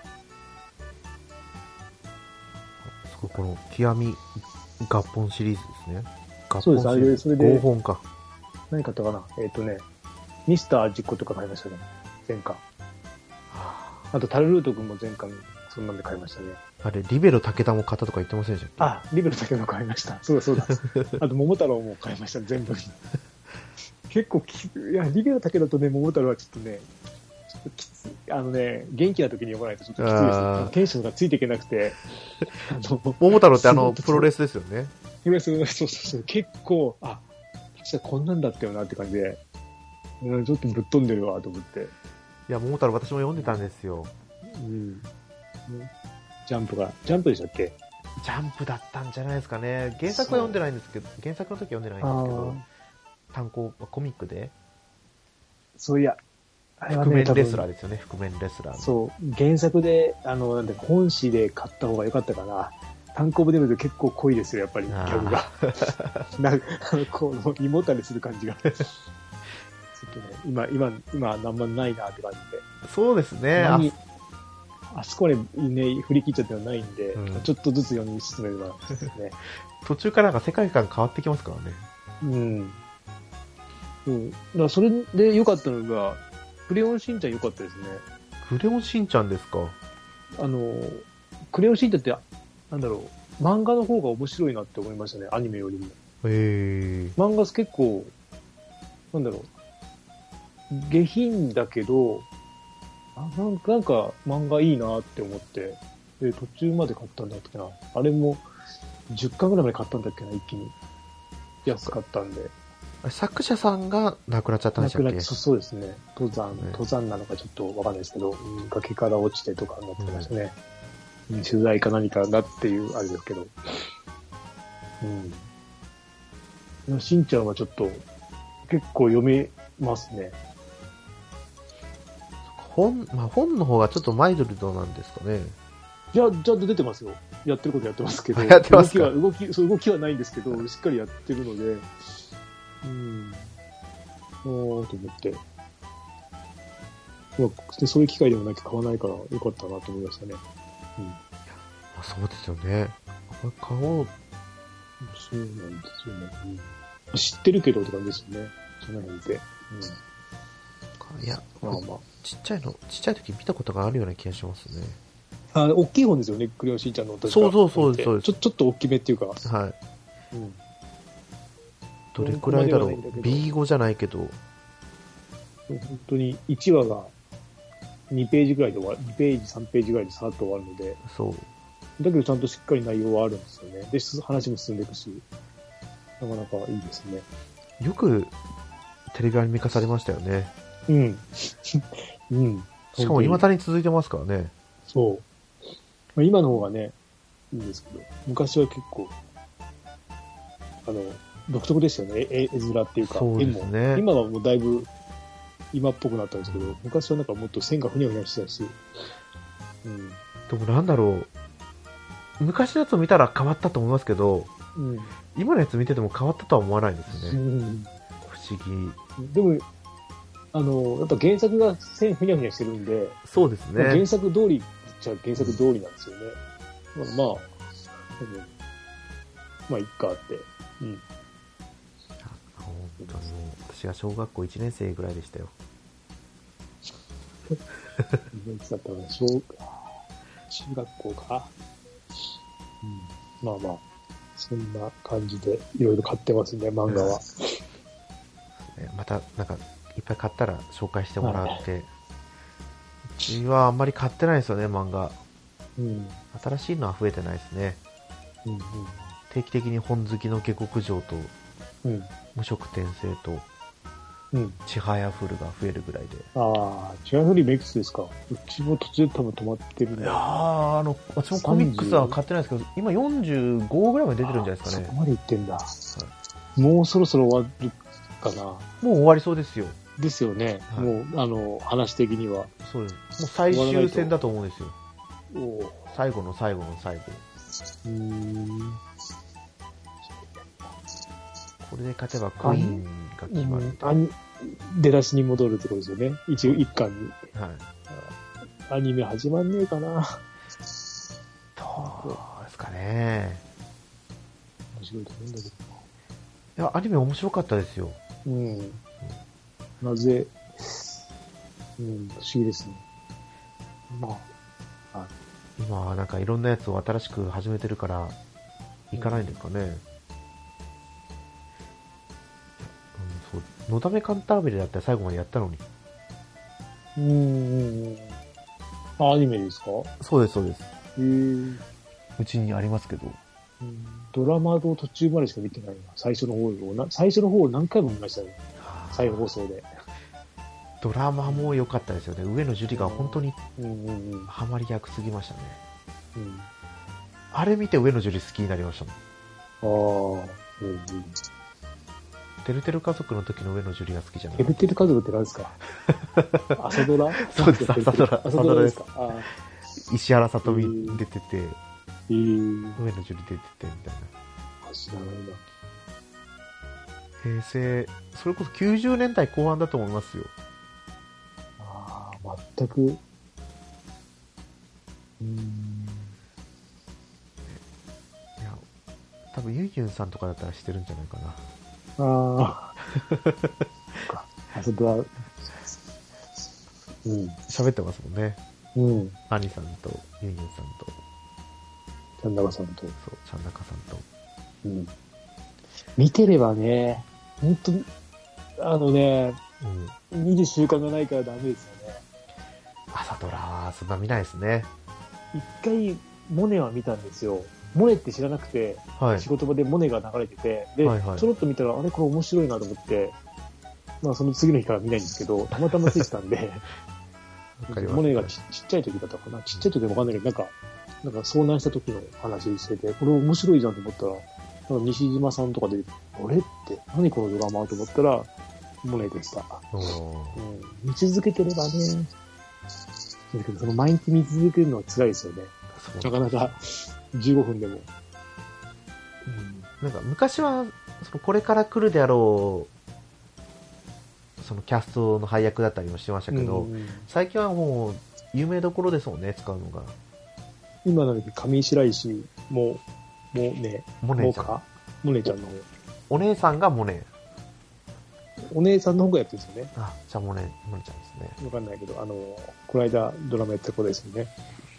そう、この極み合本シリーズですね。合本そうです、あれ、それで。 合本か。 何買ったかなえっ、ー、とね、ミスター実行とか買いましたね。全巻。あと、タルルート君も全巻、そんなんで買いましたね。 あれ、リベロ武田も買ったとか言ってませんでしたっけ？ あ、リベロ武田も買いました。そうだそうだ。あと、桃太郎も買いました、全部。結構き、いや、リベロ武田とね、桃太郎はちょっとね、ちょっときつい。あのね、元気な時に読まないとちょっときついです。テンションがついていけなくて。 あの桃太郎ってあの、プロレスですよね。 プロレス、そうそうそう。結構、あ、実はこんなんだったよなって感じで、うん、ちょっとぶっ飛んでるわと思って。 いや、桃太郎私も読んでたんですよ。 うん。ジャンプが、ジャンプでしたっけ？ ジャンプだったんじゃないですかね。原作は読んでないんですけど、原作の時は読んでないんですけど、単行コミックで。 そういや、 あれはね、覆面レスラーですよね、覆面レスラー。 そう、原作で、あの、なんだ本誌で買った方が良かったかな。単行部で見ると結構濃いですよ、やっぱり、ギャグが。なんか、この、胃もたれする感じが。ちょっとね、今、今、今、なんもないなって感じで。 そうですね。 あ, あそこにね、振り切っちゃってはないんで、うん、ちょっとずつ読み進めればですね。 途中からなんか世界観変わってきますからね。 うん。うん。だからそれで良かったのが、クレヨンしんちゃん良かったですね。 クレヨンしんちゃんですか。 あの、クレヨンしんちゃんって、なんだろう、漫画の方が面白いなって思いましたね、アニメよりも。 へー。 漫画結構、なんだろう、下品だけど、あなんか、なんか漫画いいなって思って、で、途中まで買ったんだっけな。あれもじゅっかんぐらいまで買ったんだっけな、一気に。安かったんで。 作者さんが亡くなっちゃったんでしたっけ？亡くなっそう、そうですね。登山、ね、登山なのかちょっとわかんないですけど、うん、崖から落ちてとかになってましたね。うん、取材か何かなっていうあれですけど。うん。しんちゃんはちょっと結構読めますね。 本、まあ、本の方がちょっとマイルドなんですかね。 いや、ちゃんと出てますよ。やってることやってますけど。 やってますか？ 動きは、動き、そう、動きはないんですけど、しっかりやってるので、うん。おーと思って。まあ、そういう機会でもなきゃ買わないからよかったなと思いましたね。うん。 まあ、そうですよね。買おう。 そうなんですよね。うん、知ってるけどって感じですよね。その辺で。 うん。いや、まあまあ。ちっちゃいの、ちっちゃい時見たことがあるような気がしますね。 あ、大きい本ですよね、クレヨンしんちゃんの。 そうそうそうです、そうです。 ちょ、ちょっと大きめっていうか。 はい。うん。どれくらいだろう。ビーご じゃないけど。 本当にいちわがにページぐらいで終わる、にページ、さんページぐらいでさーっと終わるので。 そう。 だけどちゃんとしっかり内容はあるんですよね。で、話も進んでいくし、なかなかいいですね。 よくテレビアニメ化されましたよね。 うん。うん。 しかも未だに続いてますからね。 そう。まあ、今の方がね、いいんですけど、昔は結構、あの、独特でしたよね、絵面っていうか、 そうですね、 絵も。今はもうだいぶ今っぽくなったんですけど、昔はなんかもっと線がふにゃふにゃしてたし。 うん。でもなんだろう。昔のやつを見たら変わったと思いますけど、うん、今のやつ見てても変わったとは思わないですね。うん、不思議。でも、あの、やっぱ原作が線ふにゃふにゃしてるんで、 そうですね。 原作通りじゃ原作通りなんですよね。うん、まあ、まあ、まあ、いっかって。うん。 本当に私が小学校いちねん生ぐらいでしたよ。 いつだったかな、小、中学校か。うん、まあまあ、そんな感じでいろいろ買ってますね、漫画は。 また、なんか、いっぱい買ったら紹介してもらって。はい、うちはあんまり買ってないですよね、漫画。うん、新しいのは増えてないですね。うんうん、定期的に本好きの下克上と、うん、無色転生と、うん、ちはやふるが増えるぐらいで。 ああ、ちはやふる今いくつですか？うちも途中で多分止まってるんだ。 いやー、あの、私もコミックスは買ってないですけど、今よんじゅうごぐらいまで出てるんじゃないですかね。 そこまでいってんだ。はい、もうそろそろ終わるかな。 もう終わりそうですよ。 ですよね。はい、もう、あの、話的には。 そうです。もう最終戦だと思うんですよ。お最後の最後の最後。うーん。これで勝てばクイーンが決まる。 あ出だしに戻るってことですよね。一応一巻に。はい。アニメ始まんねえかな。 どうですかね。 面白いと思うんだけど。いや、アニメ面白かったですよ。うん。うん、 なぜ、うん、不思議ですね。まあ、 はい。今はなんかいろんなやつを新しく始めてるから、いかないんですかね。うんそうのだめカンタービレだったら最後までやったのに。 うーん。アニメですか？ そうです、そうです。へー。 うちにありますけど。 うん、ドラマの途中までしか見てないな。最初の方をな、最初の方を何回も見ましたね。再放送で。 ドラマも良かったですよね。上野樹里が本当にハマり役すぎましたね。 うん。 あれ見て上野樹里好きになりましたもん。ああ、うんうん。てるてる家族の時の上野樹里が好きじゃない。 てるてる家族って何ですか？朝ドラ？ そうです、朝ドラ。 朝ドラですか？あ石原さとみ出てて、 えー、 上野樹里出ててみたいな。 あ、知らないな。 平成、それこそきゅうじゅうねんだいこう半だと思いますよ。 ああ、全く。うーん。 いや、多分ユンユンさんとかだったらしてるんじゃないかな。 ああ。朝ドラ。うん。 喋ってますもんね。 うん。 兄さんとユンユンさんと。 ちゃんなかさんと。 そう、ちゃんなかさんと。 うん。見てればね、ほんと、あのね、うん、見る習慣がないからダメですよね。 朝ドラはそんな見ないですね。 一回、モネは見たんですよ。モネって知らなくて、はい、仕事場でモネが流れてて、で、はいはい、ちょろっと見たら、あれこれ面白いなと思って、まあその次の日から見ないんですけど、たまたまついてたんで、モネが ち, ちっちゃい時だったかな。ちっちゃい時でもわかんないけど、なんか、なんか遭難した時の話してて、これ面白いじゃんと思ったら、なんか西島さんとかで、あれって、何このドラマと思ったら、モネでした。うん、見続けてればね、だけどその毎日見続けるのは辛いですよね。なかなかじゅうごふんでも。 うん、なんか昔は、そのこれから来るであろう、そのキャストの配役だったりもしてましたけど、うんうん、最近はもう有名どころですもんね、使うのが。 今なんだっけ、上白石も、もね、 モネちゃん。 モネちゃんの方。 お姉さんがモネ。 お姉さんの方がやってるんですよね。 あ、じゃあモネ、モネちゃんですね。 わかんないけど、あの、この間ドラマやった子ですよね。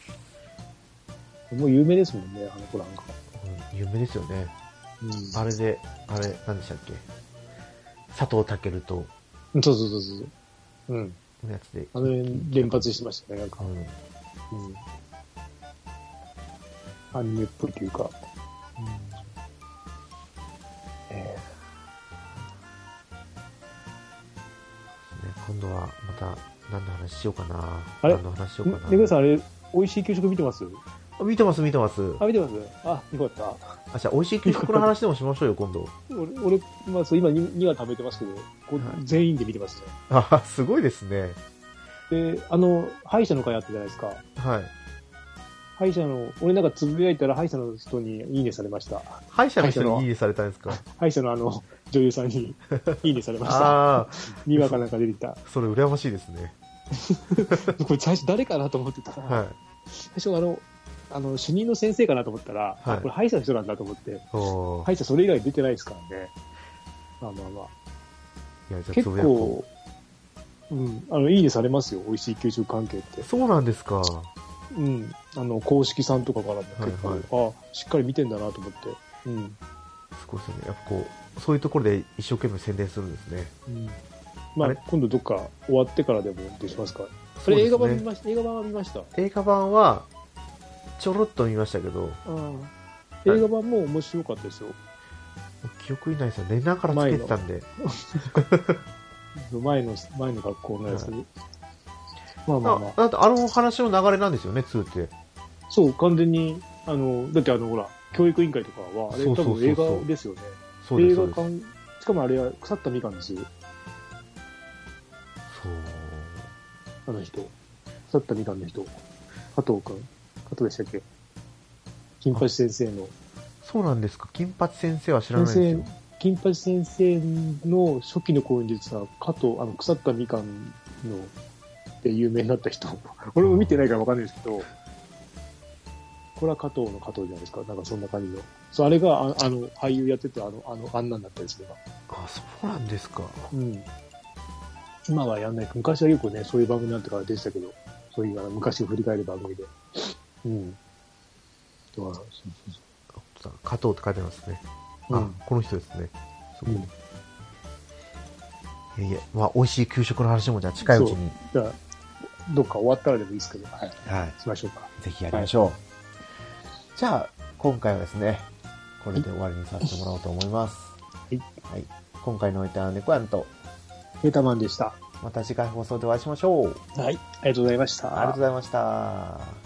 もう有名ですもんね、あの子なんか。 うん、有名ですよね。うん、あれで、あれ、何でしたっけ、佐藤健と。 そうそうそうそう。うん。 のやつで。 あの、連発しましたね、なんか。うん。うん、アニメっぽいというか。うん、えー、今度はまた何の話しようかな。 あれ何の話しようかな。 ねぐさん、あれ、美味しい給食見てます？ 見てます、見てます。 あ、見てます。あ、よかった。 あ、じゃあ、美味しい給食の話でもしましょうよ、今度。 俺、俺、まあ、そう、今に、には食べてますけど、こう、はい、全員で見てますね。 あ、すごいですね。 で、あの、歯医者の会あったじゃないですか。 はい。 歯医者の、俺なんかつぶやいたら歯医者の人にいいねされました。 歯医者の人にいいねされたんですか？ 歯医者のあの、女優さんにいいねされました。ああ。にわかなんか出てきた。 それ羨ましいですね。 これ最初誰かなと思ってたら、はい、最初あの、あの、主任の先生かなと思ったら、はい、これ歯医者の人なんだと思って、歯医者それ以外出てないですからね。まあまあまあ。いや、じゃあ結構、うん、あの、いいねされますよ、美味しい給食関係って。 そうなんですか。 うん、あの、公式さんとかからも結構、はいはい、あ、しっかり見てんだなと思って。うん。 すごいですよね。やっぱこう、そういうところで一生懸命宣伝するんですね。 うん。まあ、あ今度どっか終わってからでもでしますか。それ映画版見ました？映画版は見ました？ 映画版は、ちょろっと見ましたけど。 ああ、映画版も面白かったですよ。 記憶にないですよ。寝ながらつけてたんで。 前の、前の学校のやつ。はい、まあまあまあ。 あ, あ, あの話の流れなんですよね、ツーって。 そう、完全に、あの、だってあの、ほら、教育委員会とかは、あれ多分映画ですよね。 そうです。 映画館、しかもあれは腐ったみかんですよ。 そう。 あの人。腐ったみかんの人。加藤くん。加藤でしたっけ？金八先生の。 そうなんですか。金八先生は知らないですよ。 金八先生の初期の頃に出てた加藤、あの、腐ったみかんの、で有名になった人。俺も見てないからわかんないですけど、これは加藤の加藤じゃないですか。なんかそんな感じの。そう、あれが、あ, あの、俳優やってて、あの、あの、あんなんだったりすれば。 あ、そうなんですか。 うん。今はやんない。昔はよくね、そういう番組になってからでしたけど、そういう、あの、昔を振り返る番組で。うん。そうそうそう。加藤って書いてますね。あ、うん、この人ですね。そう。うん、いやいや、まあ、美味しい給食の話もじゃあ近いうちに。 じゃあ、どっか終わったらでもいいですけど、はい。 はい。 しましょうか。 ぜひやりましょう。はい、じゃあ、今回はですね、これで終わりにさせてもらおうと思います。 はい。 はい。今回のお相手は猫やんと、 ケータマンでした。 また次回放送でお会いしましょう。 はい。ありがとうございました。 ありがとうございました。